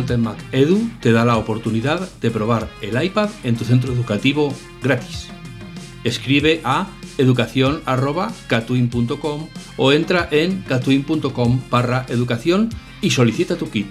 Content Mac Edu te da la oportunidad de probar el iPad en tu centro educativo gratis. Escribe a educacion@catuin.com o entra en catuin.com/educación y solicita tu kit.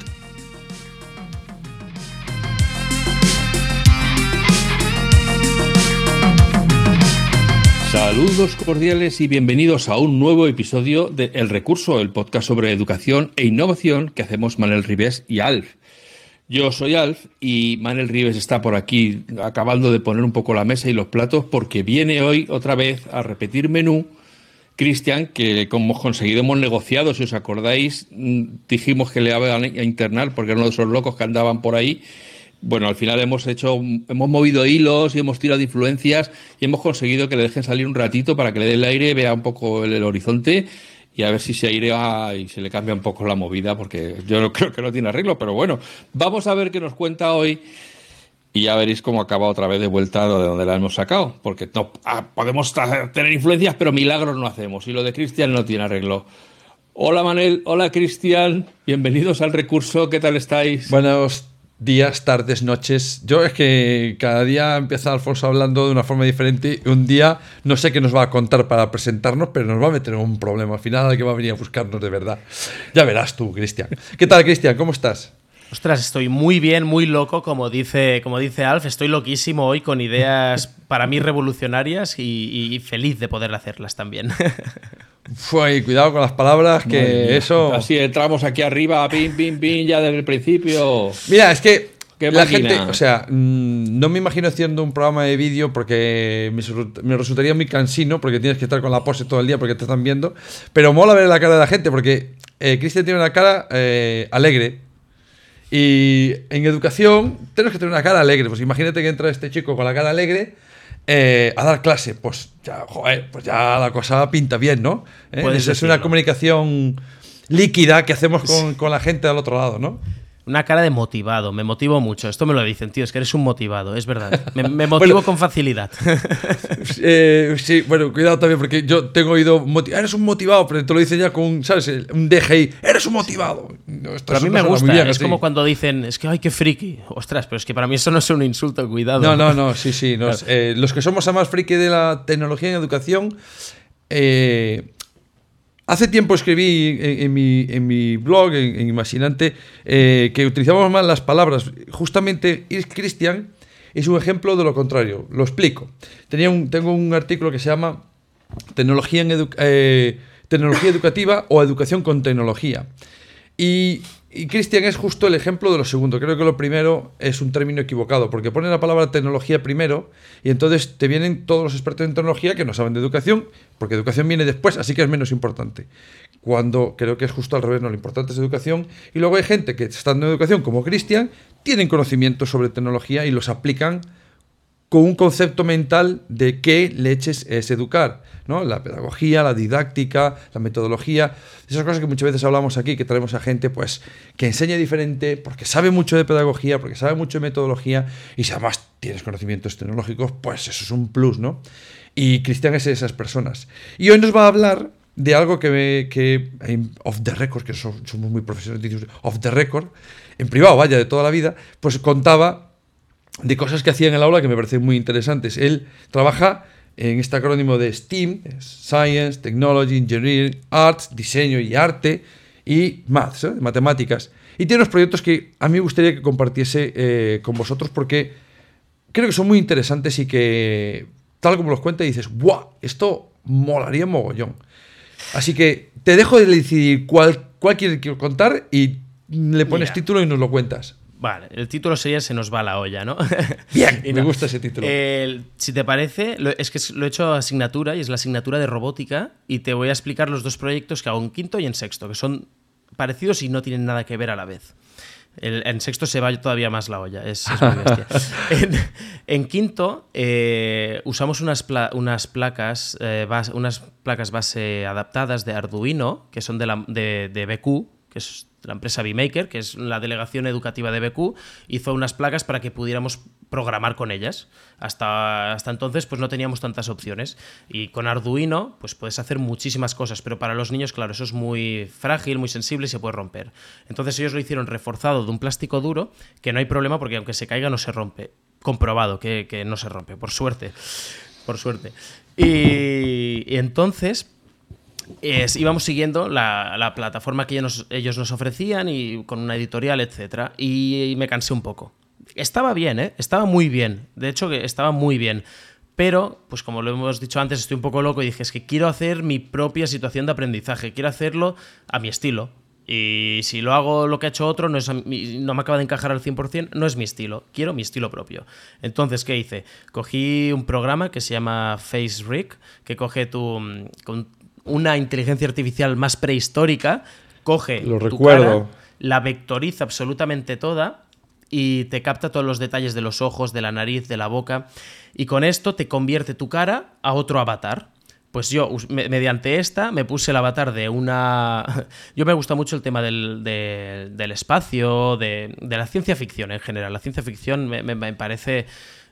Saludos cordiales y bienvenidos a un nuevo episodio de El Recurso, el podcast sobre educación e innovación que hacemos Manel Ribes y Alf. Yo soy Alf y Manel Ribes está por aquí acabando de poner un poco la mesa y los platos porque viene hoy otra vez a repetir menú Cristian, que como hemos negociado, si os acordáis, dijimos que le iba a internar porque era uno de esos locos que andaban por ahí. Bueno, al final hemos movido hilos y hemos tirado influencias y hemos conseguido que le dejen salir un ratito para que le dé el aire, vea un poco el horizonte y a ver si se airea y se le cambia un poco la movida, porque yo no creo que no tiene arreglo, pero bueno, vamos a ver qué nos cuenta hoy y ya veréis cómo acaba otra vez de vuelta de donde la hemos sacado, porque no podemos tener influencias, pero milagros no hacemos y lo de Cristian no tiene arreglo. Hola Manel, hola Cristian, bienvenidos al Recurso, ¿qué tal estáis? Buenos días, tardes, noches. Yo es que cada día empieza Alfonso hablando de una forma diferente. Un día no sé qué nos va a contar para presentarnos, pero nos va a meter en un problema. Al final alguien va a venir a buscarnos de verdad. Ya verás tú, Cristian. ¿Qué tal, Cristian? ¿Cómo estás? Ostras, estoy muy bien, muy loco, como dice Alf. Estoy loquísimo hoy con ideas para mí revolucionarias y feliz de poder hacerlas también. Fue, cuidado con las palabras, que eso... Así entramos aquí arriba, pim, ya desde el principio. Mira, es que la máquina. gente, o sea, no me imagino haciendo un programa de vídeo porque me resultaría muy cansino, porque tienes que estar con la pose todo el día porque te están viendo, pero mola ver la cara de la gente porque Cristian tiene una cara alegre. Y en educación tenemos que tener una cara alegre. Pues imagínate que entra este chico con la cara alegre a dar clase. Pues ya, pues ya la cosa pinta bien, ¿no? Es una comunicación líquida que hacemos con la gente al otro lado, ¿no? Una cara de motivado, me motivo mucho. Esto me lo dicen, tío, es que eres un motivado, es verdad. Me motivo con facilidad. Sí, bueno, cuidado también, porque yo tengo oído eres un motivado, pero te lo dicen ya con, ¿sabes? Un DGI, eres un motivado. No, pero a mí me gusta, bien, es así. Como cuando dicen, es que, ay, qué friki. Ostras, pero es que para mí eso no es un insulto, cuidado. No, sí. Claro. Los que somos a más friki de la tecnología en educación... Hace tiempo escribí en mi blog, en Imaginante, que utilizábamos mal las palabras. Justamente Cristian es un ejemplo de lo contrario. Lo explico. Tengo un artículo que se llama Tecnología educativa o educación con tecnología. Y Cristian es justo el ejemplo de lo segundo. Creo que lo primero es un término equivocado, porque pone la palabra tecnología primero y entonces te vienen todos los expertos en tecnología que no saben de educación, porque educación viene después, así que es menos importante. Cuando creo que es justo al revés, no, lo importante es educación. Y luego hay gente que estando en educación, como Cristian, tienen conocimientos sobre tecnología y los aplican con un concepto mental de qué leches es educar, ¿no? La pedagogía, la didáctica, la metodología, esas cosas que muchas veces hablamos aquí, que traemos a gente pues que enseña diferente, porque sabe mucho de pedagogía, porque sabe mucho de metodología, y si además tienes conocimientos tecnológicos, pues eso es un plus, ¿no? Y Cristian es de esas personas. Y hoy nos va a hablar de algo que off the record, que somos muy profesionales, off the record, en privado, vaya, de toda la vida, pues contaba de cosas que hacía en el aula que me parecen muy interesantes. Él trabaja en este acrónimo de STEAM, Science, Technology, Engineering, Arts, Diseño y Arte, y Maths, Matemáticas. Y tiene unos proyectos que a mí me gustaría que compartiese con vosotros porque creo que son muy interesantes y que, tal como los cuenta, dices, ¡guau! Esto molaría mogollón. Así que te dejo de decidir cuál quiero contar y le pones título y nos lo cuentas. Vale, el título sería Se nos va la olla, ¿no? Bien, me gusta ese título. Si te parece, es que lo he hecho asignatura y es la asignatura de robótica y te voy a explicar los dos proyectos que hago en quinto y en sexto, que son parecidos y no tienen nada que ver a la vez. En sexto se va todavía más la olla, es muy bestia. En quinto usamos unas placas base adaptadas de Arduino, que son de BQ, que es la empresa BeMaker, que es la delegación educativa de BQ, hizo unas placas para que pudiéramos programar con ellas. Hasta entonces pues no teníamos tantas opciones. Y con Arduino pues puedes hacer muchísimas cosas, pero para los niños, claro, eso es muy frágil, muy sensible y se puede romper. Entonces ellos lo hicieron reforzado de un plástico duro, que no hay problema porque aunque se caiga no se rompe. Comprobado que no se rompe, por suerte. Por suerte. Y entonces íbamos siguiendo la plataforma que ellos nos ofrecían y con una editorial, etcétera. Y me cansé un poco. Estaba bien, ¿eh? Estaba muy bien. De hecho, que estaba muy bien. Pero, pues como lo hemos dicho antes, estoy un poco loco y dije, es que quiero hacer mi propia situación de aprendizaje. Quiero hacerlo a mi estilo. Y si lo hago lo que ha hecho otro, no me acaba de encajar al 100%, no es mi estilo. Quiero mi estilo propio. Entonces, ¿qué hice? Cogí un programa que se llama FaceRig, que coge con una inteligencia artificial más prehistórica, coge tu cara, la vectoriza absolutamente toda y te capta todos los detalles de los ojos, de la nariz, de la boca. Y con esto te convierte tu cara a otro avatar. Pues yo, mediante esta, me puse el avatar de una... Yo me gusta mucho el tema del espacio, de la ciencia ficción en general. La ciencia ficción me parece...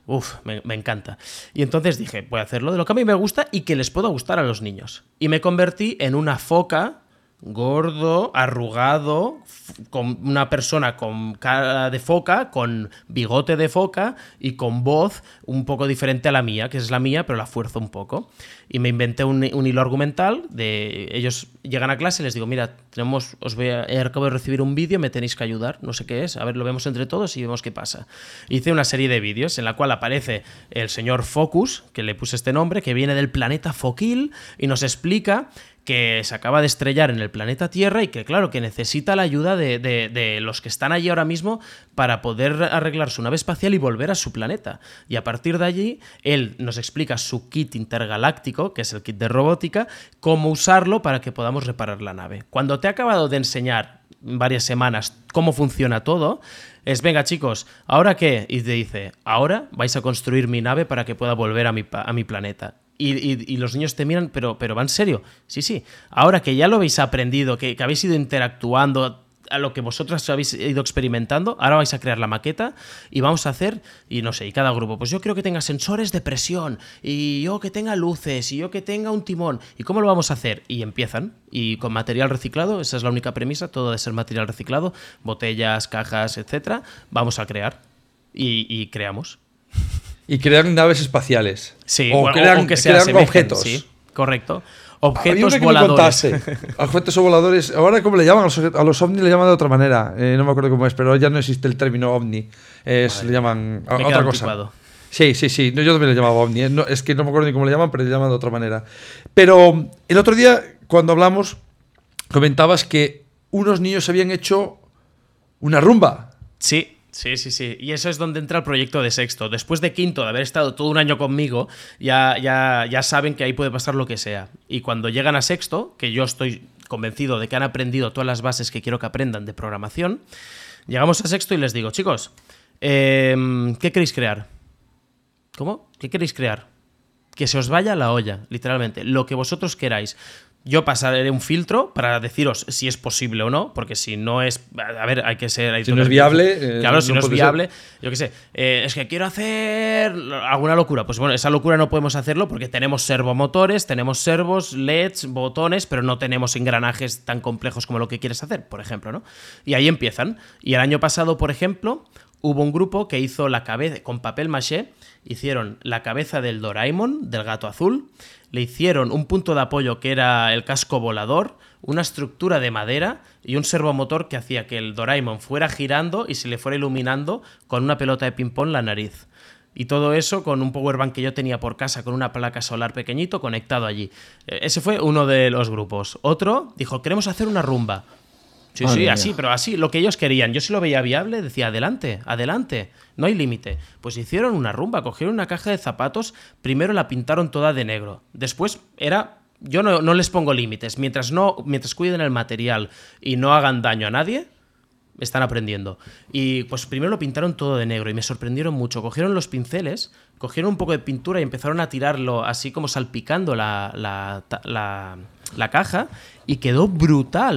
me encanta. Y entonces dije, voy a hacerlo de lo que a mí me gusta y que les pueda gustar a los niños. Y me convertí en una foca gordo, arrugado, con una persona con cara de foca, con bigote de foca y con voz un poco diferente a la mía, que es la mía, pero la fuerzo un poco. Y me inventé un hilo argumental de ellos llegan a clase y les digo, mira, acabo de recibir un vídeo, me tenéis que ayudar, no sé qué es, a ver, lo vemos entre todos y vemos qué pasa. Hice una serie de vídeos en la cual aparece el señor Focus, que le puse este nombre, que viene del planeta Foquil y nos explica que se acaba de estrellar en el planeta Tierra y que, claro, que necesita la ayuda de los que están allí ahora mismo para poder arreglar su nave espacial y volver a su planeta. Y a partir de allí, él nos explica su kit intergaláctico, que es el kit de robótica, cómo usarlo para que podamos reparar la nave. Cuando te he acabado de enseñar varias semanas cómo funciona todo, es, venga chicos, ¿ahora qué? Y te dice, ahora vais a construir mi nave para que pueda volver a mi planeta. Y los niños te miran, pero ¿va en serio? Sí. Ahora que ya lo habéis aprendido, que habéis ido interactuando a lo que vosotros habéis ido experimentando, ahora vais a crear la maqueta y vamos a hacer, y no sé, y cada grupo, pues yo quiero que tenga sensores de presión, y yo que tenga luces, y yo que tenga un timón. ¿Y cómo lo vamos a hacer? Y empiezan, y con material reciclado, esa es la única premisa, todo debe ser material reciclado, botellas, cajas, etcétera, vamos a crear. Y creamos. Y crean naves espaciales. Sí, o crean objetos. Sí, correcto. Objetos voladores. Objetos o voladores. Ahora, ¿cómo le llaman? A los ovnis le llaman de otra manera. No me acuerdo cómo es, pero ya no existe el término ovni. Le llaman a otra cosa. Anticuado. Sí. No, yo también le llamaba ovni. Es que no me acuerdo ni cómo le llaman, pero le llaman de otra manera. Pero el otro día, cuando hablamos, comentabas que unos niños habían hecho una rumba. Sí. Y eso es donde entra el proyecto de sexto. Después de quinto, de haber estado todo un año conmigo, ya saben que ahí puede pasar lo que sea. Y cuando llegan a sexto, que yo estoy convencido de que han aprendido todas las bases que quiero que aprendan de programación, llegamos a sexto y les digo, chicos, ¿qué queréis crear? ¿Cómo? ¿Qué queréis crear? Que se os vaya la olla, literalmente. Lo que vosotros queráis. Yo pasaré un filtro para deciros si es posible o no, porque si no es... A ver, hay que ser... Si no es viable... claro, si no es viable, yo qué sé. Es que quiero hacer alguna locura. Pues bueno, esa locura no podemos hacerlo porque tenemos servomotores, tenemos servos, LEDs, botones, pero no tenemos engranajes tan complejos como lo que quieres hacer, por ejemplo, ¿no? Y ahí empiezan. Y el año pasado, por ejemplo, hubo un grupo que hizo la cabeza... Con papel maché, hicieron la cabeza del Doraemon, del gato azul... Le hicieron un punto de apoyo que era el casco volador, una estructura de madera y un servomotor que hacía que el Doraemon fuera girando y se le fuera iluminando con una pelota de ping-pong la nariz. Y todo eso con un powerbank que yo tenía por casa con una placa solar pequeñito conectado allí. Ese fue uno de los grupos. Otro dijo, queremos hacer una rumba. Sí, así, pero así, lo que ellos querían. Yo si lo veía viable, decía, adelante, no hay límite. Pues hicieron una rumba, cogieron una caja de zapatos, primero la pintaron toda de negro. Después yo no les pongo límites. Mientras cuiden el material y no hagan daño a nadie, están aprendiendo. Y pues primero lo pintaron todo de negro y me sorprendieron mucho. Cogieron los pinceles, cogieron un poco de pintura y empezaron a tirarlo así como salpicando la caja y quedó brutal.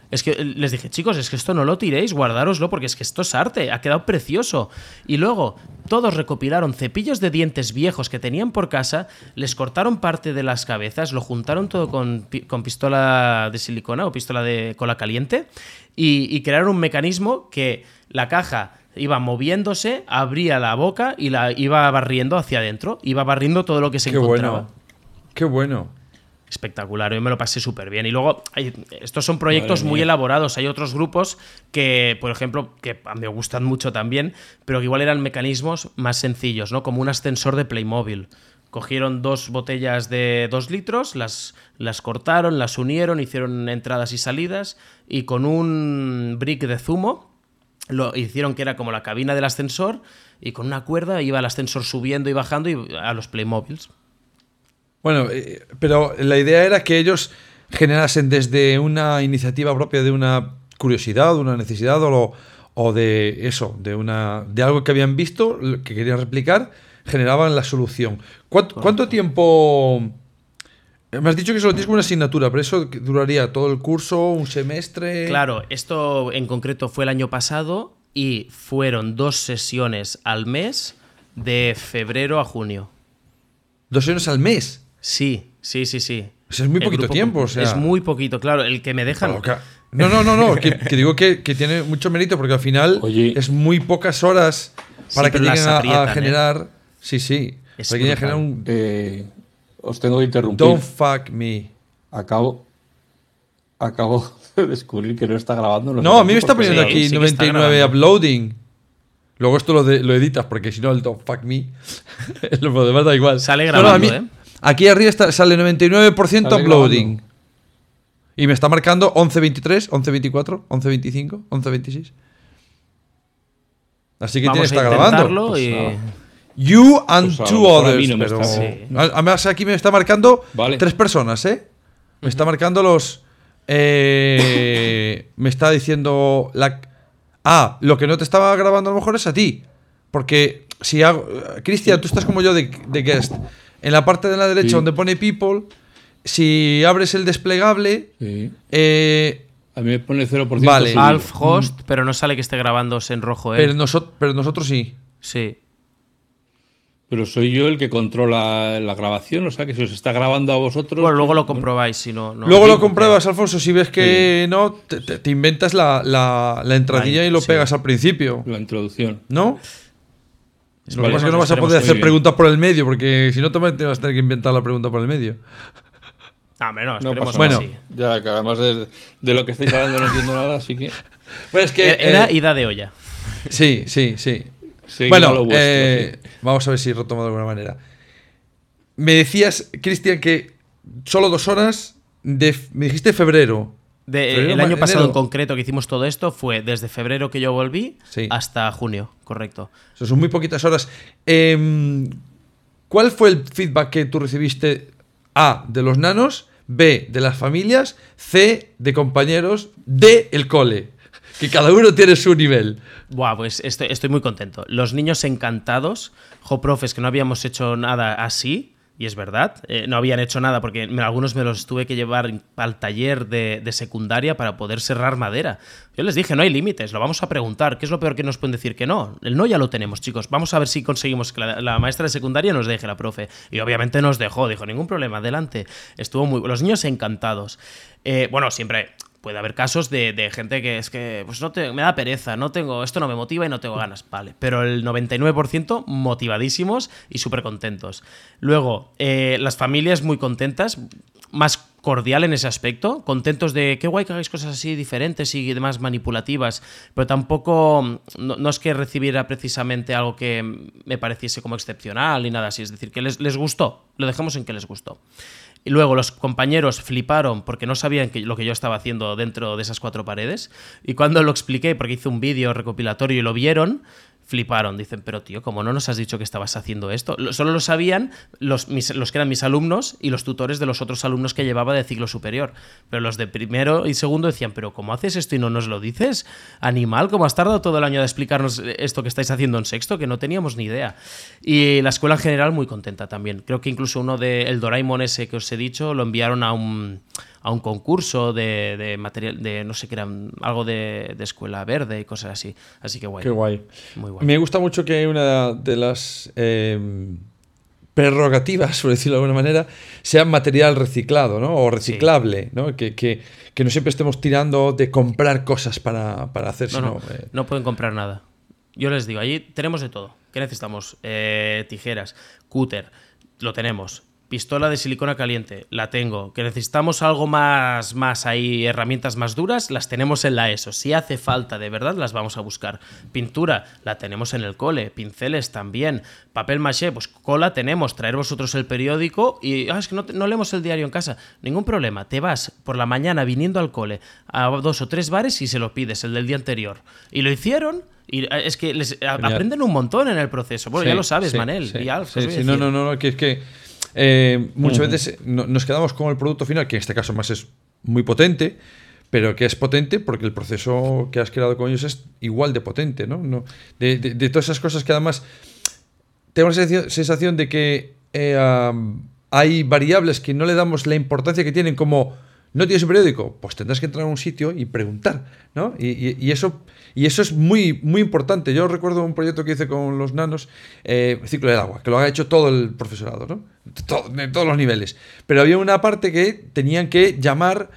Es que les dije, chicos, es que esto no lo tiréis, guardároslo porque es que esto es arte, ha quedado precioso. Y luego todos recopilaron cepillos de dientes viejos que tenían por casa, les cortaron parte de las cabezas, lo juntaron todo con pistola de silicona o pistola de cola caliente y crearon un mecanismo que la caja iba moviéndose, abría la boca y la iba barriendo hacia adentro, iba barriendo todo lo que se encontraba. Qué bueno. Espectacular, yo me lo pasé súper bien. Y luego, estos son proyectos muy elaborados. Hay otros grupos que, por ejemplo, que me gustan mucho también, pero que igual eran mecanismos más sencillos, ¿no? Como un ascensor de Playmobil. Cogieron 2 botellas de 2 litros, las cortaron, las unieron, hicieron entradas y salidas, y con un brick de zumo lo hicieron que era como la cabina del ascensor, y con una cuerda iba el ascensor subiendo y bajando a los Playmobils. Bueno, pero la idea era que ellos generasen desde una iniciativa propia de una curiosidad, una necesidad o de eso, de algo que habían visto, que querían replicar, generaban la solución. ¿Cuánto tiempo? Me has dicho que solo tienes como una asignatura, pero eso duraría todo el curso, un semestre. Claro, esto en concreto fue el año pasado y fueron 2 sesiones al mes de febrero a junio. 2 sesiones al mes. Sí. O sea, es muy poquito tiempo. O sea. Es muy poquito, claro. El que me dejan. No. que digo que tiene mucho mérito porque al final es muy pocas horas para que lleguen a generar. Sí. Para que lleguen a generar un. Os tengo que interrumpir. Don't fuck me. Acabo de descubrir que no está grabando. No, a mí me está poniendo aquí 99 uploading. Luego esto lo editas porque si no el don't fuck me. Lo demás da igual. Sale grabando, Aquí arriba sale 99% uploading. Grabando. Y me está marcando 11.23, 11.24, 11.25, 11.26. Así que tiene que estar grabando. Pues You and pues 2 others. Además, aquí me está marcando 3 personas, ¿eh? Me está marcando los. Me está diciendo. Lo que no te estaba grabando a lo mejor es a ti. Porque si hago. Cristian, tú estás como yo de guest. En la parte de la derecha donde pone people, si abres el desplegable. A mí me pone 0%. Vale. Alf host, pero no sale que esté grabándose en rojo. Pero nosotros sí. Sí. Pero soy yo el que controla la grabación, o sea que si os está grabando a vosotros. Bueno, luego lo comprobáis, si no. Luego lo compruebas, Alfonso, si ves que no, te inventas la entradilla y lo pegas al principio. La introducción. ¿No? Lo que pasa es que no vas a poder hacer preguntas por el medio, porque si no te vas a tener que inventar la pregunta por el medio. Esperemos así. Ya, que además de lo que estáis hablando no entiendo nada, así que. Pues es que era ida de olla. Sí. Bueno, vamos a ver si retomo de alguna manera. Me decías, Cristian, que solo 2 horas me dijiste febrero. El año pasado en concreto que hicimos todo esto fue desde febrero que yo volví hasta junio, correcto. Eso son muy poquitas horas. ¿Cuál fue el feedback que tú recibiste? A, de los nanos, B, de las familias, C, de compañeros, D, el cole. Que cada uno tiene su nivel. Buah, pues estoy muy contento. Los niños encantados, profes que no habíamos hecho nada así, y es verdad, no habían hecho nada porque algunos me los tuve que llevar al taller de secundaria para poder serrar madera. Yo les dije, no hay límites, lo vamos a preguntar. ¿Qué es lo peor que nos pueden decir? Que no. El no ya lo tenemos, chicos. Vamos a ver si conseguimos que la maestra de secundaria nos deje, la profe. Y obviamente nos dejó, dijo, ningún problema, adelante. Los niños encantados. Bueno, siempre puede haber casos de gente que es que pues me da pereza, esto no me motiva y no tengo ganas, vale. Pero el 99% motivadísimos y súper contentos. Luego, las familias muy contentas, más cordial en ese aspecto, contentos de qué guay que hagáis cosas así diferentes y demás manipulativas, pero tampoco, no es que recibiera precisamente algo que me pareciese como excepcional ni nada así, es decir, que les gustó, lo dejamos en que les gustó. Y luego los compañeros fliparon porque no sabían lo que yo estaba haciendo dentro de esas 4 paredes. Y cuando lo expliqué, porque hice un vídeo recopilatorio y lo vieron, fliparon. Dicen, pero tío, ¿cómo no nos has dicho que estabas haciendo esto? Solo lo sabían los que eran mis alumnos y los tutores de los otros alumnos que llevaba de ciclo superior. Pero los de primero y segundo decían, pero ¿cómo haces esto y no nos lo dices? Animal, ¿cómo has tardado todo el año de explicarnos esto que estáis haciendo en sexto? Que no teníamos ni idea. Y la escuela en general muy contenta también. Creo que incluso uno del Doraemon ese que os he dicho lo enviaron a un a un concurso de material, de no sé qué era, algo de escuela verde y cosas así. Así que guay. Qué guay. Muy guay. Me gusta mucho que una de las prerrogativas, por decirlo de alguna manera, sea material reciclado, ¿no? O reciclable, sí. ¿No? Que no siempre estemos tirando de comprar cosas para hacer, no pueden comprar nada. Yo les digo, allí tenemos de todo. ¿Qué necesitamos? Tijeras, cúter, lo tenemos. Pistola de silicona caliente, la tengo. ¿Que necesitamos algo más ahí, herramientas más duras? Las tenemos en la ESO. Si hace falta de verdad, las vamos a buscar. Pintura, la tenemos en el cole. Pinceles también. Papel maché, pues cola tenemos. Traer vosotros el periódico y... es que no leemos el diario en casa. Ningún problema. Te vas por la mañana viniendo al cole a 2 o 3 bares y se lo pides, el del día anterior. Y lo hicieron... Y es que aprenden un montón en el proceso. Bueno, ya lo sabes, Manel. Sí, y Alf, no, que es que muchas veces nos quedamos con el producto final, que en este caso más es muy potente, pero que es potente porque el proceso que has creado con ellos es igual de potente, ¿no? De todas esas cosas que además tengo la sensación de que hay variables que no le damos la importancia que tienen, como ¿no tienes un periódico? Pues tendrás que entrar a un sitio y preguntar, ¿no? Y eso es muy, muy importante. Yo recuerdo un proyecto que hice con los nanos, ciclo del agua, que lo ha hecho todo el profesorado, ¿no? De todos los niveles. Pero había una parte que tenían que llamar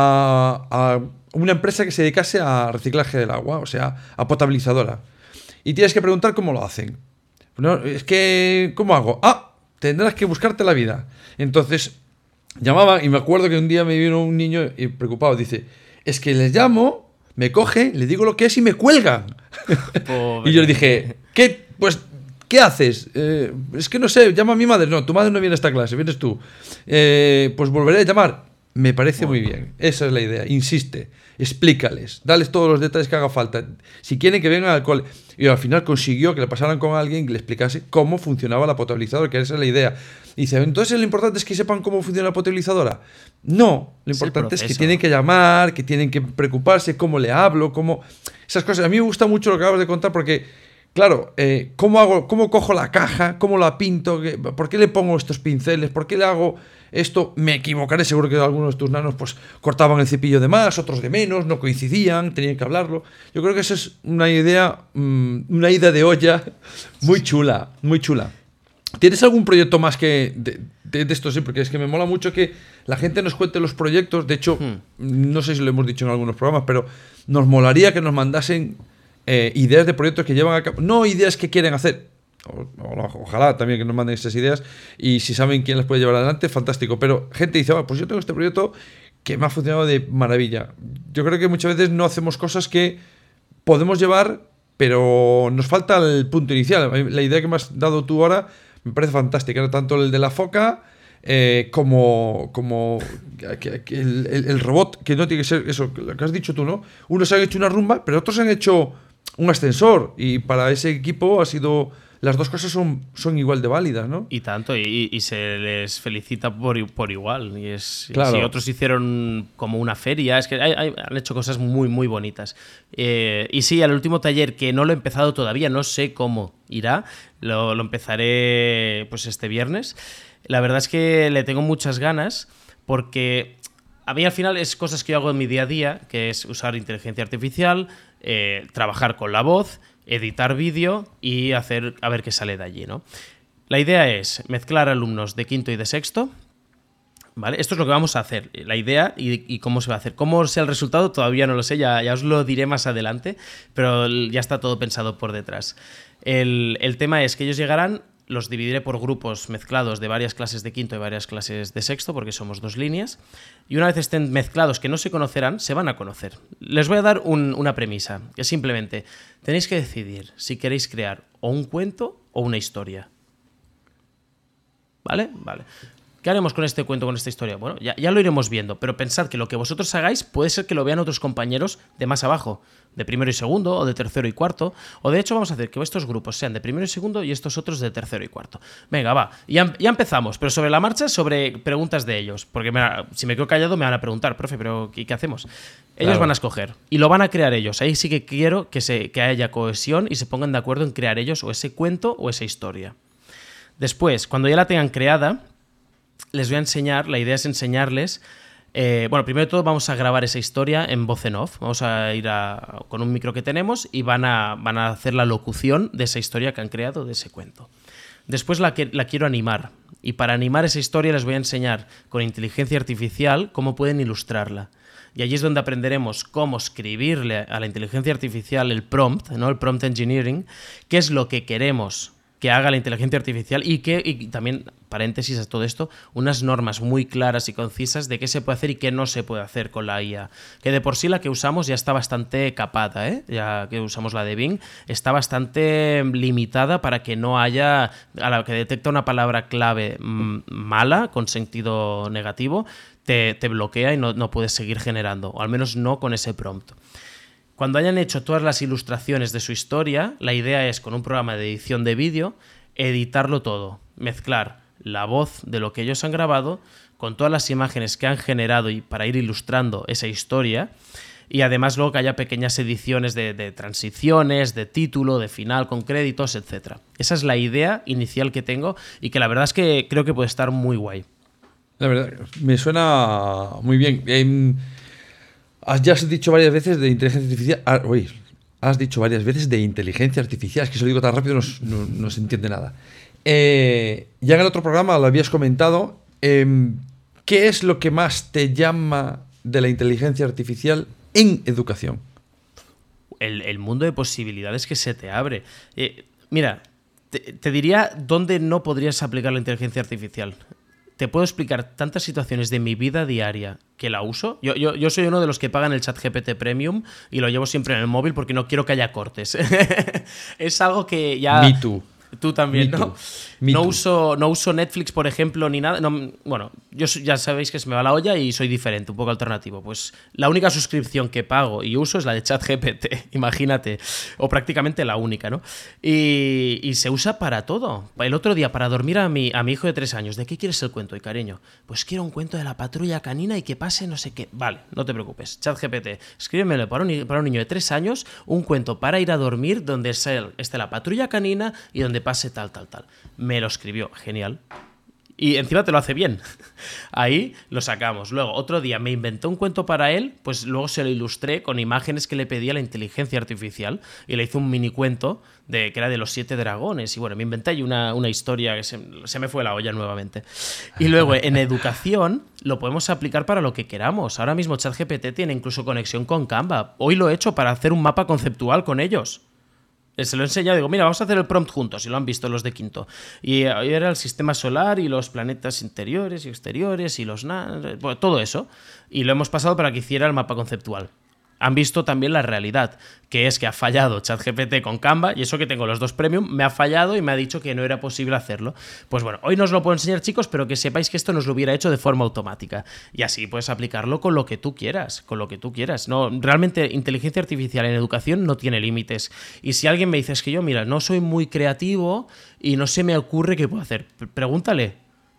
a una empresa que se dedicase a reciclaje del agua, o sea, a potabilizadora. Y tienes que preguntar cómo lo hacen. No, es que, ¿cómo hago? Tendrás que buscarte la vida. Entonces... llamaba y me acuerdo que un día me vino un niño preocupado. Dice, es que les llamo, me coge, le digo lo que es y me cuelgan. Y yo le dije, ¿qué? Pues, ¿qué haces? Es que no sé, llama a mi madre. No, tu madre no viene a esta clase, vienes tú. Pues volveré a llamar. Me parece muy bien. Esa es la idea. Insiste, explícales, dales todos los detalles que haga falta. Si quieren que vengan al cole. Y al final consiguió que le pasaran con alguien que le explicase cómo funcionaba la potabilizadora, que esa es la idea. Y dice, entonces lo importante es que sepan cómo funciona la potabilizadora. No, lo importante es que tienen que llamar, que tienen que preocuparse, cómo le hablo, cómo... Esas cosas. A mí me gusta mucho lo que acabas de contar porque, claro, ¿cómo cojo la caja? ¿Cómo la pinto? ¿Por qué le pongo estos pinceles? ¿Por qué le hago esto? Me equivocaré, seguro que algunos de tus nanos pues cortaban el cepillo de más, otros de menos, no coincidían, tenían que hablarlo. Yo creo que esa es una idea, una ida de olla muy chula, muy chula. ¿Tienes algún proyecto más que de esto? Sí, porque es que me mola mucho que la gente nos cuente los proyectos. De hecho, no sé si lo hemos dicho en algunos programas, pero nos molaría que nos mandasen ideas de proyectos que llevan a cabo, no ideas que quieren hacer. Ojalá también que nos manden esas ideas, y si saben quién las puede llevar adelante, fantástico. Pero gente dice, pues yo tengo este proyecto que me ha funcionado de maravilla. Yo creo que muchas veces no hacemos cosas que podemos llevar, pero nos falta el punto inicial. La idea que me has dado tú ahora me parece fantástica, ¿no? Tanto el de la foca como el robot, que no tiene que ser eso, lo que has dicho tú, ¿no? Unos han hecho una rumba, pero otros han hecho un ascensor, y para ese equipo ha sido... Las dos cosas son igual de válidas, ¿no? Y tanto, y se les felicita por igual. Y claro. Si otros hicieron como una feria, es que han hecho cosas muy, muy bonitas. Y sí, al último taller, que no lo he empezado todavía, no sé cómo irá, lo empezaré pues este viernes. La verdad es que le tengo muchas ganas, porque a mí al final es cosas que yo hago en mi día a día, que es usar inteligencia artificial, trabajar con la voz, editar vídeo y a ver qué sale de allí, ¿no? La idea es mezclar alumnos de quinto y de sexto, ¿vale? Esto es lo que vamos a hacer, la idea y cómo se va a hacer. Cómo sea el resultado todavía no lo sé, ya os lo diré más adelante, pero ya está todo pensado por detrás. El tema es que ellos llegarán, los dividiré por grupos mezclados de varias clases de quinto y varias clases de sexto, porque somos 2 líneas, y una vez estén mezclados, que no se conocerán, se van a conocer. Les voy a dar una premisa, que simplemente tenéis que decidir si queréis crear o un cuento o una historia. ¿Vale? Vale. ¿Qué haremos con este cuento, con esta historia? Bueno, ya lo iremos viendo, pero pensad que lo que vosotros hagáis puede ser que lo vean otros compañeros de más abajo, de primero y segundo, o de tercero y cuarto, o de hecho vamos a hacer que estos grupos sean de primero y segundo y estos otros de tercero y cuarto. Venga, va, ya empezamos, pero sobre la marcha, sobre preguntas de ellos, porque si me quedo callado me van a preguntar, profe, pero ¿qué hacemos? Ellos Claro. van a escoger y lo van a crear ellos. Ahí sí que quiero que haya cohesión y se pongan de acuerdo en crear ellos o ese cuento o esa historia. Después, cuando ya la tengan creada, les voy a enseñar, la idea es enseñarles Bueno, primero de todo vamos a grabar esa historia en voz en off. Vamos a ir con un micro que tenemos y van a hacer la locución de esa historia que han creado, de ese cuento. Después la quiero animar. Y para animar esa historia les voy a enseñar con inteligencia artificial cómo pueden ilustrarla. Y allí es donde aprenderemos cómo escribirle a la inteligencia artificial el prompt, ¿no? El prompt engineering, qué es lo que queremos que haga la inteligencia artificial y también, paréntesis a todo esto, unas normas muy claras y concisas de qué se puede hacer y qué no se puede hacer con la IA. Que de por sí la que usamos ya está bastante capada, ¿eh? Ya que usamos la de Bing, está bastante limitada para que no haya, a la que detecta una palabra clave mala, con sentido negativo, te bloquea y no puedes seguir generando, o al menos no con ese prompt. Cuando hayan hecho todas las ilustraciones de su historia, la idea es, con un programa de edición de vídeo, editarlo todo, mezclar la voz de lo que ellos han grabado con todas las imágenes que han generado y para ir ilustrando esa historia, y además luego que haya pequeñas ediciones de transiciones, de título, de final con créditos, etc. Esa es la idea inicial que tengo y que la verdad es que creo que puede estar muy guay. La verdad, me suena muy bien. Ya has dicho varias veces de inteligencia artificial. Has dicho varias veces de inteligencia artificial. Es que si lo digo tan rápido no se entiende nada. Ya en el otro programa lo habías comentado. ¿Qué es lo que más te llama de la inteligencia artificial en educación? El mundo de posibilidades que se te abre. Mira, te diría dónde no podrías aplicar la inteligencia artificial. Te puedo explicar tantas situaciones de mi vida diaria que la uso. Yo soy uno de los que pagan el ChatGPT Premium y lo llevo siempre en el móvil porque no quiero que haya cortes. Es algo que ya... Me too. Tú también, Me ¿no? too. Me No too. uso Netflix, por ejemplo, ni nada. No, bueno, ya sabéis que se me va la olla y soy diferente, un poco alternativo. Pues la única suscripción que pago y uso es la de ChatGPT, imagínate. O prácticamente la única, ¿no? Y se usa para todo. El otro día, para dormir a mi hijo de 3 años, ¿de qué quieres el cuento, y cariño? Pues quiero un cuento de la patrulla canina y que pase no sé qué. Vale, no te preocupes. ChatGPT, escríbemelo para un niño de 3 años, un cuento para ir a dormir donde esté la patrulla canina y donde pase tal. Me lo escribió, genial. Y encima te lo hace bien. Ahí lo sacamos. Luego, otro día me inventó un cuento para él, pues luego se lo ilustré con imágenes que le pedía la inteligencia artificial y le hice un mini cuento que era de los 7 dragones. Y bueno, me inventé ahí una historia que se me fue la olla nuevamente. Y luego, en educación, lo podemos aplicar para lo que queramos. Ahora mismo ChatGPT tiene incluso conexión con Canva. Hoy lo he hecho para hacer un mapa conceptual con ellos. Se lo he enseñado, digo, mira, vamos a hacer el prompt juntos, y lo han visto los de quinto. Y era el sistema solar y los planetas interiores y exteriores y bueno, todo eso. Y lo hemos pasado para que hiciera el mapa conceptual. Han visto también la realidad, que es que ha fallado ChatGPT con Canva, y eso que tengo los 2 Premium, me ha fallado y me ha dicho que no era posible hacerlo. Pues bueno, hoy no os lo puedo enseñar, chicos, pero que sepáis que esto nos lo hubiera hecho de forma automática. Y así puedes aplicarlo con lo que tú quieras, No, realmente inteligencia artificial en educación no tiene límites. Y si alguien me dice, es que yo, mira, no soy muy creativo y no se me ocurre qué puedo hacer, pregúntale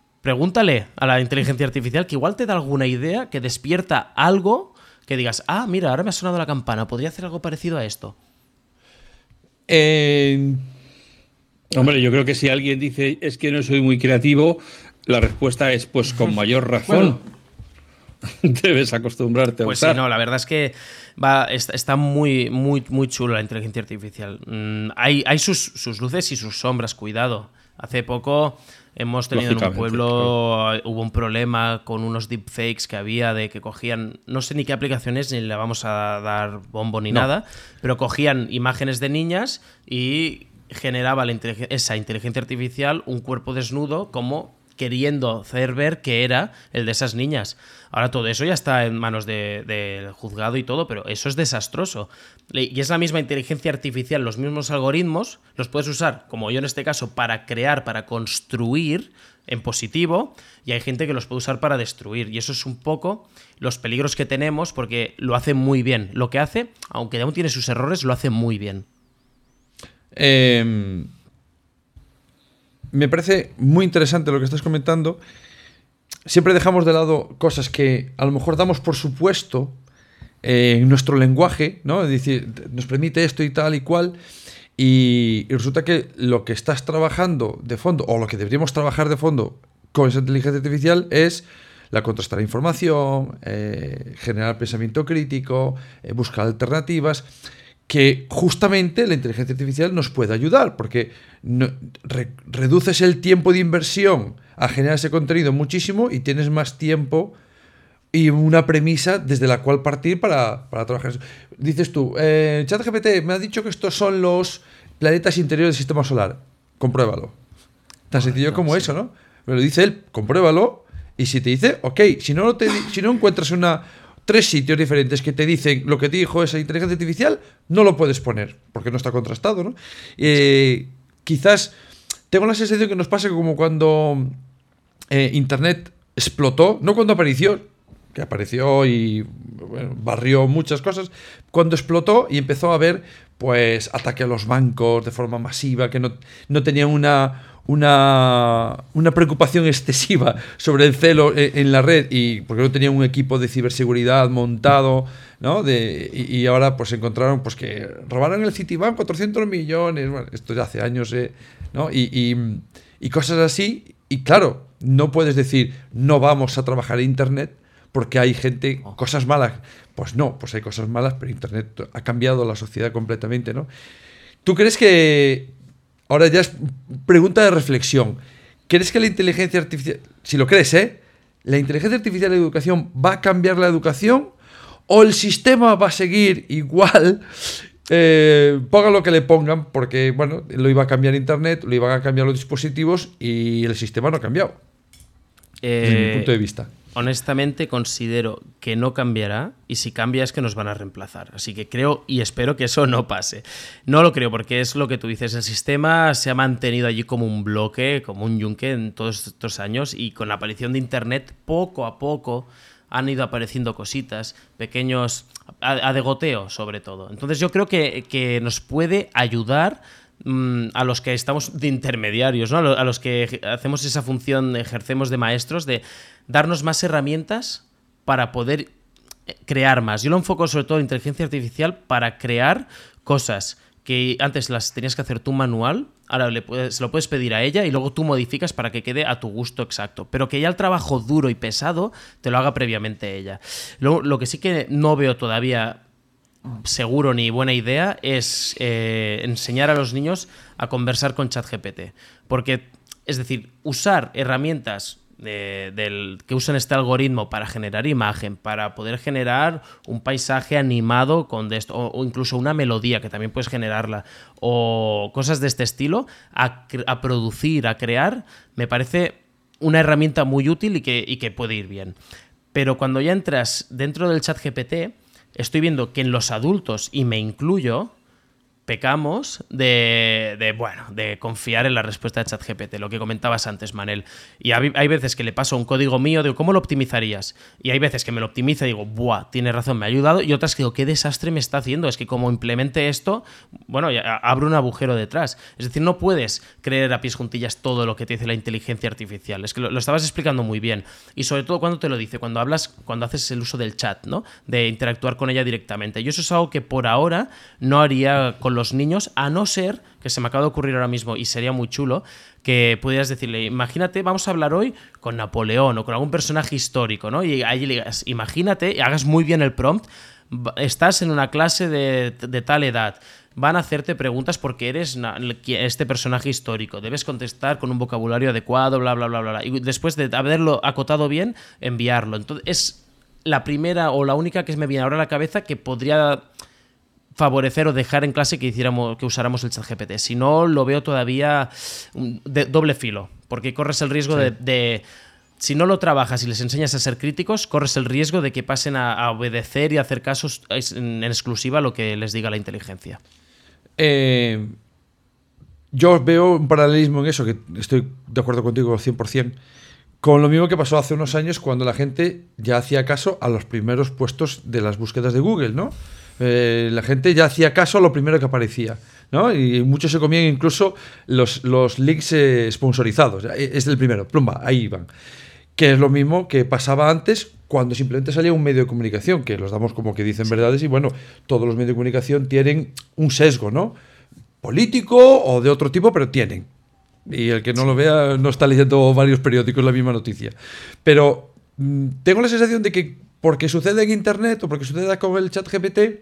a la inteligencia artificial, que igual te da alguna idea que despierta algo que digas, mira, ahora me ha sonado la campana, ¿podría hacer algo parecido a esto? Hombre, yo creo que si alguien dice, es que no soy muy creativo, la respuesta es, pues con mayor razón. Bueno. Debes acostumbrarte a pues usar. Sí, no, la verdad es que está muy, muy, muy chulo la inteligencia artificial. Hay sus luces y sus sombras, cuidado. Hace poco hemos tenido en un pueblo, hubo un problema con unos deepfakes que había de que cogían, no sé ni qué aplicaciones, ni le vamos a dar bombo ni nada, pero cogían imágenes de niñas y generaba esa inteligencia artificial un cuerpo desnudo como queriendo hacer ver que era el de esas niñas. Ahora todo eso ya está en manos del juzgado y todo, pero eso es desastroso. Y es la misma inteligencia artificial, los mismos algoritmos, los puedes usar, como yo en este caso, para crear, para construir en positivo, y hay gente que los puede usar para destruir. Y eso es un poco los peligros que tenemos, porque lo hace muy bien. Lo que hace, aunque aún tiene sus errores, lo hace muy bien. Me parece muy interesante lo que estás comentando. Siempre dejamos de lado cosas que a lo mejor damos por supuesto en nuestro lenguaje, ¿no? Es decir, nos permite esto y tal y cual, y resulta que lo que estás trabajando de fondo, o lo que deberíamos trabajar de fondo con esa inteligencia artificial, es la contrastar información, generar pensamiento crítico, buscar alternativas, que justamente la inteligencia artificial nos puede ayudar, porque reduces el tiempo de inversión a generar ese contenido muchísimo y tienes más tiempo y una premisa desde la cual partir para trabajar. Dices tú, ChatGPT me ha dicho que estos son los planetas interiores del sistema solar. Compruébalo. Tan sencillo como eso, ¿no? Me lo dice él, compruébalo. Y si te dice, ok, si no encuentras 3 sitios diferentes que te dicen lo que te dijo esa inteligencia artificial, no lo puedes poner, porque no está contrastado, ¿no? Quizás tengo la sensación que nos pasa como cuando Internet explotó, no cuando apareció, que apareció y bueno, barrió muchas cosas, cuando explotó y empezó a haber pues ataque a los bancos de forma masiva, que no tenían una preocupación excesiva sobre el celo en la red, y porque no tenían un equipo de ciberseguridad montado, ¿no? Y ahora pues encontraron pues que robaron el Citibank 400 millones, bueno, esto ya hace años, ¿no? Y cosas así, y claro, no puedes decir no vamos a trabajar en Internet porque hay gente, cosas malas. Pues no, pues hay cosas malas, pero Internet ha cambiado la sociedad completamente, ¿no? ¿Tú crees que, ahora ya es pregunta de reflexión, ¿crees que la inteligencia artificial, si lo crees, la inteligencia artificial de la educación va a cambiar la educación o el sistema va a seguir igual, pongan lo que le pongan, porque, bueno, lo iba a cambiar Internet, lo iban a cambiar los dispositivos y el sistema no ha cambiado? Desde mi punto de vista. Honestamente considero que no cambiará, y si cambia es que nos van a reemplazar. Así que creo y espero que eso no pase. No lo creo, porque es lo que tú dices, el sistema se ha mantenido allí como un bloque, como un yunque en todos estos años, y con la aparición de Internet poco a poco han ido apareciendo cositas, pequeños, a degoteo sobre todo. Entonces yo creo que nos puede ayudar a los que estamos de intermediarios, ¿no? A los que hacemos esa función, ejercemos de maestros, de darnos más herramientas para poder crear más. Yo lo enfoco sobre todo en inteligencia artificial para crear cosas que antes las tenías que hacer tú manual, ahora se lo puedes pedir a ella y luego tú modificas para que quede a tu gusto exacto, pero que ya el trabajo duro y pesado te lo haga previamente ella. Lo que sí que no veo todavía seguro ni buena idea es enseñar a los niños a conversar con ChatGPT, porque, es decir, usar herramientas que usan este algoritmo para generar imagen, para poder generar un paisaje animado con esto, o incluso una melodía que también puedes generarla, o cosas de este estilo, a producir, a crear, me parece una herramienta muy útil y que puede ir bien. Pero cuando ya entras dentro del ChatGPT, estoy viendo que en los adultos, y me incluyo, pecamos de confiar en la respuesta de ChatGPT, lo que comentabas antes, Manel. Y hay veces que le paso un código mío, digo, ¿cómo lo optimizarías? Y hay veces que me lo optimiza y digo, ¡buah! Tienes razón, me ha ayudado. Y otras que digo, ¿qué desastre me está haciendo? Es que como implemente esto, bueno, ya abro un agujero detrás. Es decir, no puedes creer a pies juntillas todo lo que te dice la inteligencia artificial. Es que lo estabas explicando muy bien. Y sobre todo cuando te lo dice, cuando haces el uso del chat, ¿no? De interactuar con ella directamente. Y eso es algo que por ahora no haría con los niños, a no ser, que se me acaba de ocurrir ahora mismo y sería muy chulo, que pudieras decirle, imagínate, vamos a hablar hoy con Napoleón o con algún personaje histórico, ¿no? Y ahí le digas, imagínate, y hagas muy bien el prompt, estás en una clase de tal edad, van a hacerte preguntas porque eres este personaje histórico, debes contestar con un vocabulario adecuado, bla, bla, bla, bla, y después de haberlo acotado bien, enviarlo. Entonces, es la primera o la única que me viene ahora a la cabeza que podría favorecer o dejar en clase que usáramos el ChatGPT. Si no, lo veo todavía de doble filo, porque corres el riesgo de si no lo trabajas y les enseñas a ser críticos, corres el riesgo de que pasen a obedecer y a hacer casos en exclusiva a lo que les diga la inteligencia. Yo veo un paralelismo en eso, que estoy de acuerdo contigo 100%, con lo mismo que pasó hace unos años cuando la gente ya hacía caso a los primeros puestos de las búsquedas de Google, ¿no? La gente ya hacía caso a lo primero que aparecía, ¿no? Y muchos se comían incluso los links sponsorizados. Es el primero, plumba, ahí van. Que es lo mismo que pasaba antes cuando simplemente salía un medio de comunicación, que los damos como que dicen verdades, y bueno, todos los medios de comunicación tienen un sesgo, ¿no? Político o de otro tipo, pero tienen. Y el que no lo vea no está leyendo varios periódicos la misma noticia. Pero tengo la sensación de que porque sucede en Internet o porque suceda con el chat GPT,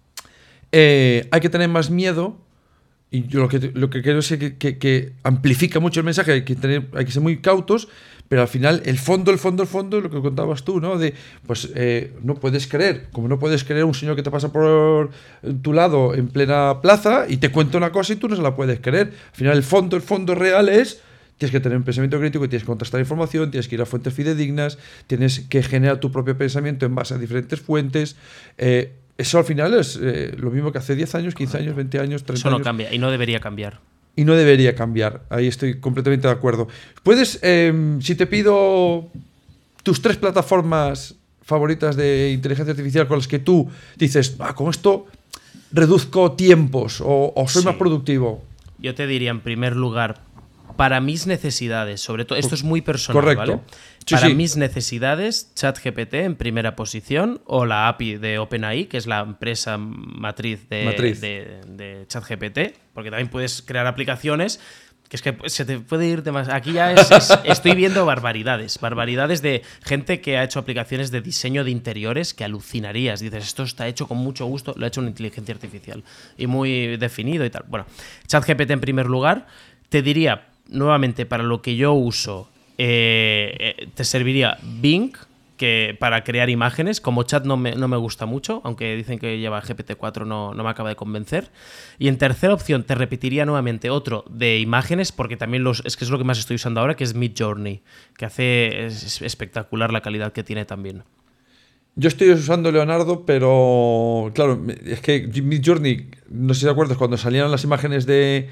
hay que tener más miedo. Y yo lo que creo es que amplifica mucho el mensaje, hay que ser muy cautos, pero al final el fondo es lo que contabas tú, ¿no? De, pues no puedes creer, como no puedes creer un señor que te pasa por tu lado en plena plaza y te cuenta una cosa y tú no se la puedes creer. Al final el fondo real es, tienes que tener un pensamiento crítico, tienes que contrastar información, tienes que ir a fuentes fidedignas, tienes que generar tu propio pensamiento en base a diferentes fuentes. Eso al final es lo mismo que hace 10 años, 15 años, 20 años, 30 años. Eso no cambia y no debería cambiar. Y no debería cambiar. Ahí estoy completamente de acuerdo. Puedes, si te pido tus 3 plataformas favoritas de inteligencia artificial con las que tú dices, con esto reduzco tiempos o soy más productivo. Yo te diría, en primer lugar, para mis necesidades, sobre todo, esto es muy personal, correcto. ¿vale? Sí, para sí. mis necesidades, ChatGPT en primera posición o la API de OpenAI, que es la empresa matriz de ChatGPT, porque también puedes crear aplicaciones que es que se te puede ir de más. Aquí ya estoy viendo barbaridades de gente que ha hecho aplicaciones de diseño de interiores que alucinarías. Dices, esto está hecho con mucho gusto, lo ha hecho una inteligencia artificial y muy definido y tal. Bueno, ChatGPT en primer lugar, te diría nuevamente para lo que yo uso. Te serviría Bing, que para crear imágenes. Como chat no me gusta mucho, aunque dicen que lleva GPT-4, no me acaba de convencer. Y en tercera opción te repetiría nuevamente otro de imágenes, porque también es que es lo que más estoy usando ahora, que es Midjourney, que es espectacular la calidad que tiene también. Yo estoy usando Leonardo, pero claro, es que Midjourney, no sé si te acuerdas, cuando salieron las imágenes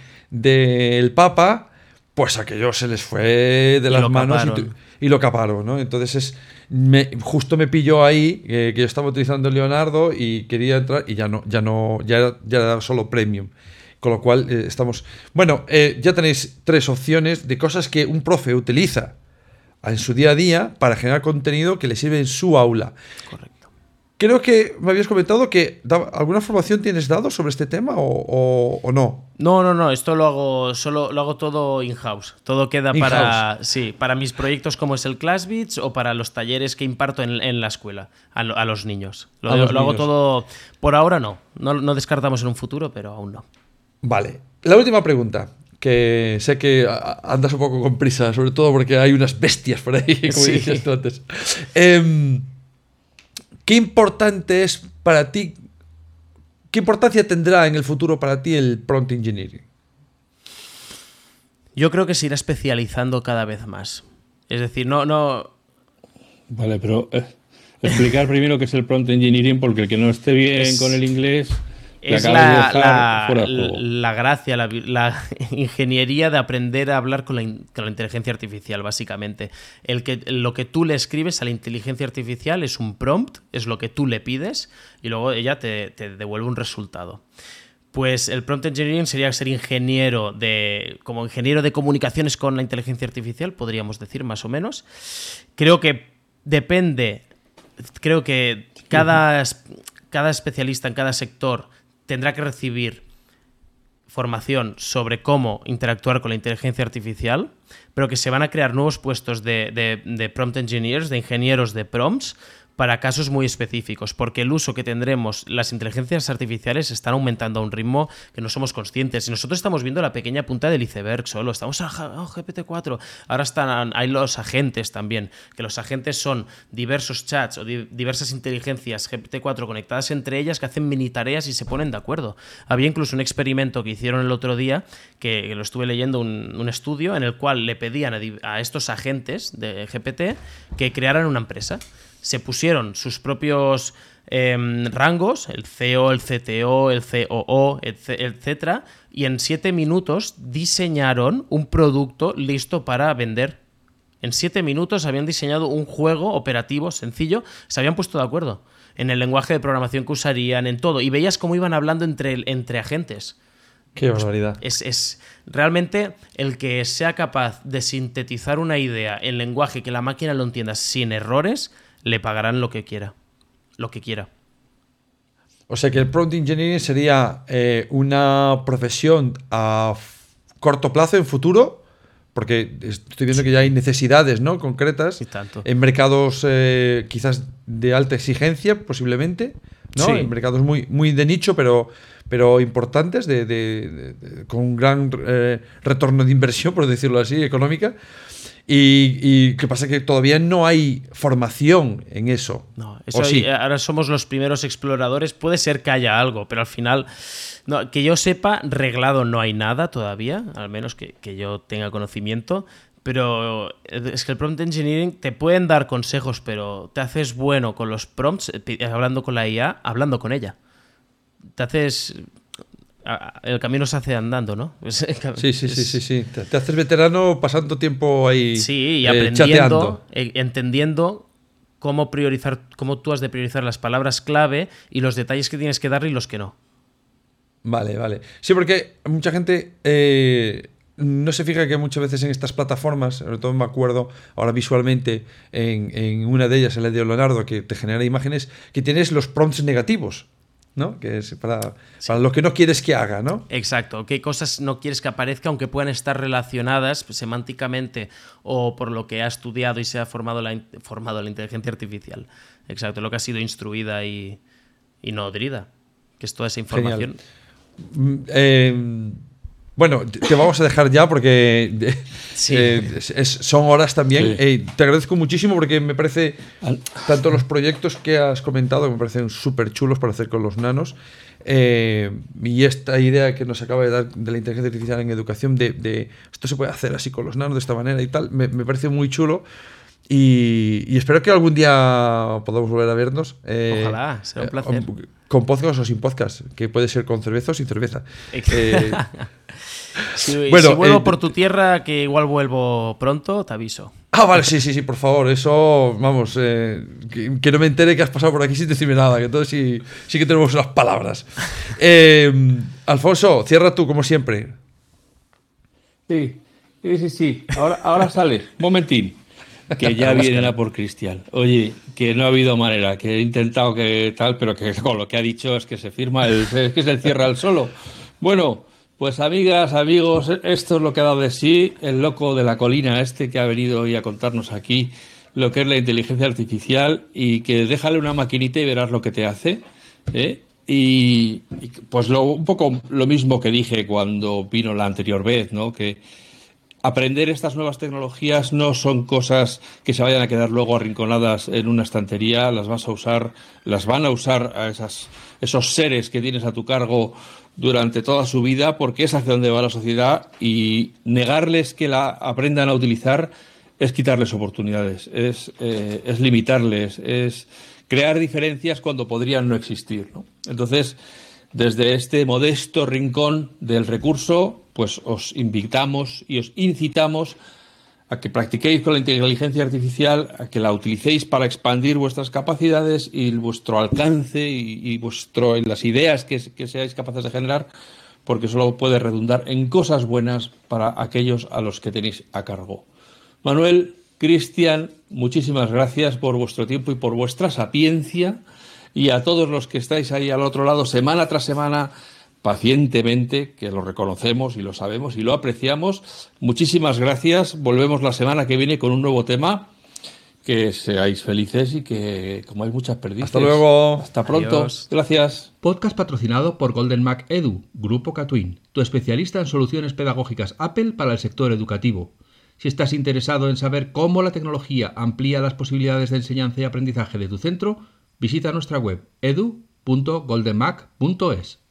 del Papa, pues aquello se les fue de las manos y lo caparon, ¿no? Entonces justo me pilló ahí que yo estaba utilizando Leonardo y quería entrar y ya era solo Premium. Con lo cual estamos... Bueno, ya tenéis 3 opciones de cosas que un profe utiliza en su día a día para generar contenido que le sirve en su aula. Correcto. Creo que me habías comentado que ¿alguna formación tienes dado sobre este tema o no? No, esto lo hago todo in-house. Todo queda para mis proyectos como es el ClassBeats o para los talleres que imparto en la escuela a los niños. Lo hago todo, por ahora no descartamos en un futuro, pero aún no. Vale, la última pregunta, que sé que andas un poco con prisa, sobre todo porque hay unas bestias por ahí, como dijiste tú antes. ¿Qué importante es para ti? ¿Qué importancia tendrá en el futuro para ti el prompt engineering? Yo creo que se irá especializando cada vez más. Es decir, no... Vale, pero explicar primero qué es el prompt engineering, porque el que no esté bien con el inglés... Es la gracia, la ingeniería de aprender a hablar con la inteligencia artificial, básicamente. Lo que tú le escribes a la inteligencia artificial es un prompt, es lo que tú le pides, y luego ella te devuelve un resultado. Pues el prompt engineering sería ser como ingeniero de comunicaciones con la inteligencia artificial, podríamos decir, más o menos. Creo que cada especialista en cada sector tendrá que recibir formación sobre cómo interactuar con la inteligencia artificial, pero que se van a crear nuevos puestos de prompt engineers, de ingenieros de prompts, para casos muy específicos, porque el uso que tendremos, las inteligencias artificiales están aumentando a un ritmo que no somos conscientes. Y nosotros estamos viendo la pequeña punta del iceberg solo. Estamos GPT-4. Ahora hay los agentes también, que los agentes son diversos chats o diversas inteligencias GPT-4 conectadas entre ellas que hacen mini tareas y se ponen de acuerdo. Había incluso un experimento que hicieron el otro día, que lo estuve leyendo, un estudio en el cual le pedían a estos agentes de GPT que crearan una empresa. Se pusieron sus propios rangos, el CEO, el CTO, el COO, etc. Y en 7 minutos diseñaron un producto listo para vender. En 7 minutos habían diseñado un juego operativo sencillo, se habían puesto de acuerdo en el lenguaje de programación que usarían, en todo. Y veías cómo iban hablando entre agentes. Qué barbaridad. Es realmente el que sea capaz de sintetizar una idea en lenguaje que la máquina lo entienda sin errores, le pagarán lo que quiera. O sea que el prompt engineering sería una profesión a corto plazo, en futuro, porque estoy viendo que ya hay necesidades, ¿no?, concretas Y tanto. en mercados quizás de alta exigencia, posiblemente, ¿no? Sí. En mercados muy, muy de nicho, pero importantes, con un gran retorno de inversión, por decirlo así, económica. Y que pasa que todavía no hay formación en eso. No, ¿O sí? ahora somos los primeros exploradores. Puede ser que haya algo, pero al final, no, que yo sepa, reglado no hay nada todavía, al menos que yo tenga conocimiento. Pero es que el prompt engineering te pueden dar consejos, pero te haces bueno con los prompts, hablando con la IA, hablando con ella. Te haces... El camino se hace andando, ¿no? Sí. Te haces veterano pasando tiempo ahí Sí, y chateando. aprendiendo, entendiendo cómo priorizar, cómo tú has de priorizar las palabras clave y los detalles que tienes que darle y los que no. Vale. Sí, porque mucha gente no se fija que muchas veces en estas plataformas, sobre todo me acuerdo ahora visualmente en una de ellas, en la de Leonardo, que te genera imágenes, que tienes los prompts negativos, ¿no? Que es para lo que no quieres que haga, ¿no? Exacto, qué cosas no quieres que aparezca, aunque puedan estar relacionadas semánticamente o por lo que ha estudiado y se ha formado la inteligencia artificial. Exacto, lo que ha sido instruida y nodrida, que es toda esa información. Bueno, te vamos a dejar ya porque Sí. son horas también. Sí. Te agradezco muchísimo porque me parece, tanto los proyectos que has comentado, me parecen súper chulos para hacer con los nanos, y esta idea que nos acaba de dar de la inteligencia artificial en educación, de esto se puede hacer así con los nanos de esta manera y tal, me parece muy chulo. Y espero que algún día podamos volver a vernos. Ojalá, será un placer. Con podcast o sin podcast, que puede ser con cerveza o sin cerveza. Si Bueno, vuelvo por tu tierra, que igual vuelvo pronto, te aviso. Vale, sí, por favor, eso, vamos, que no me entere que has pasado por aquí sin decirme nada, que entonces sí que tenemos las palabras. Alfonso, cierra tú, como siempre. Sí. Ahora sale. Momentín. Que ya vienen a por Cristian. Oye, que no ha habido manera, que he intentado que tal, pero que con lo que ha dicho es que se firma, es que se encierra el solo. Bueno, pues amigas, amigos, esto es lo que ha dado de sí el loco de la colina que ha venido hoy a contarnos aquí lo que es la inteligencia artificial, y que déjale una maquinita y verás lo que te hace, ¿eh? Y pues un poco lo mismo que dije cuando vino la anterior vez, ¿no? Que aprender estas nuevas tecnologías no son cosas que se vayan a quedar luego arrinconadas en una estantería, las van a usar a esos seres que tienes a tu cargo durante toda su vida, porque es hacia donde va la sociedad, y negarles que la aprendan a utilizar es quitarles oportunidades, es limitarles, es crear diferencias cuando podrían no existir, ¿no? Entonces, desde este modesto rincón del recurso, pues os invitamos y os incitamos a que practiquéis con la inteligencia artificial, a que la utilicéis para expandir vuestras capacidades y vuestro alcance y las ideas que seáis capaces de generar, porque solo puede redundar en cosas buenas para aquellos a los que tenéis a cargo. Manuel, Cristian, muchísimas gracias por vuestro tiempo y por vuestra sapiencia. Y a todos los que estáis ahí al otro lado, semana tras semana, pacientemente, que lo reconocemos y lo sabemos y lo apreciamos, muchísimas gracias. Volvemos la semana que viene con un nuevo tema. Que seáis felices y que comáis muchas perdices. Hasta luego. Hasta pronto. Adiós. Gracias. Podcast patrocinado por Golden Mac Edu, Grupo Catwin, tu especialista en soluciones pedagógicas Apple para el sector educativo. Si estás interesado en saber cómo la tecnología amplía las posibilidades de enseñanza y aprendizaje de tu centro, visita nuestra web edu.goldenmac.es.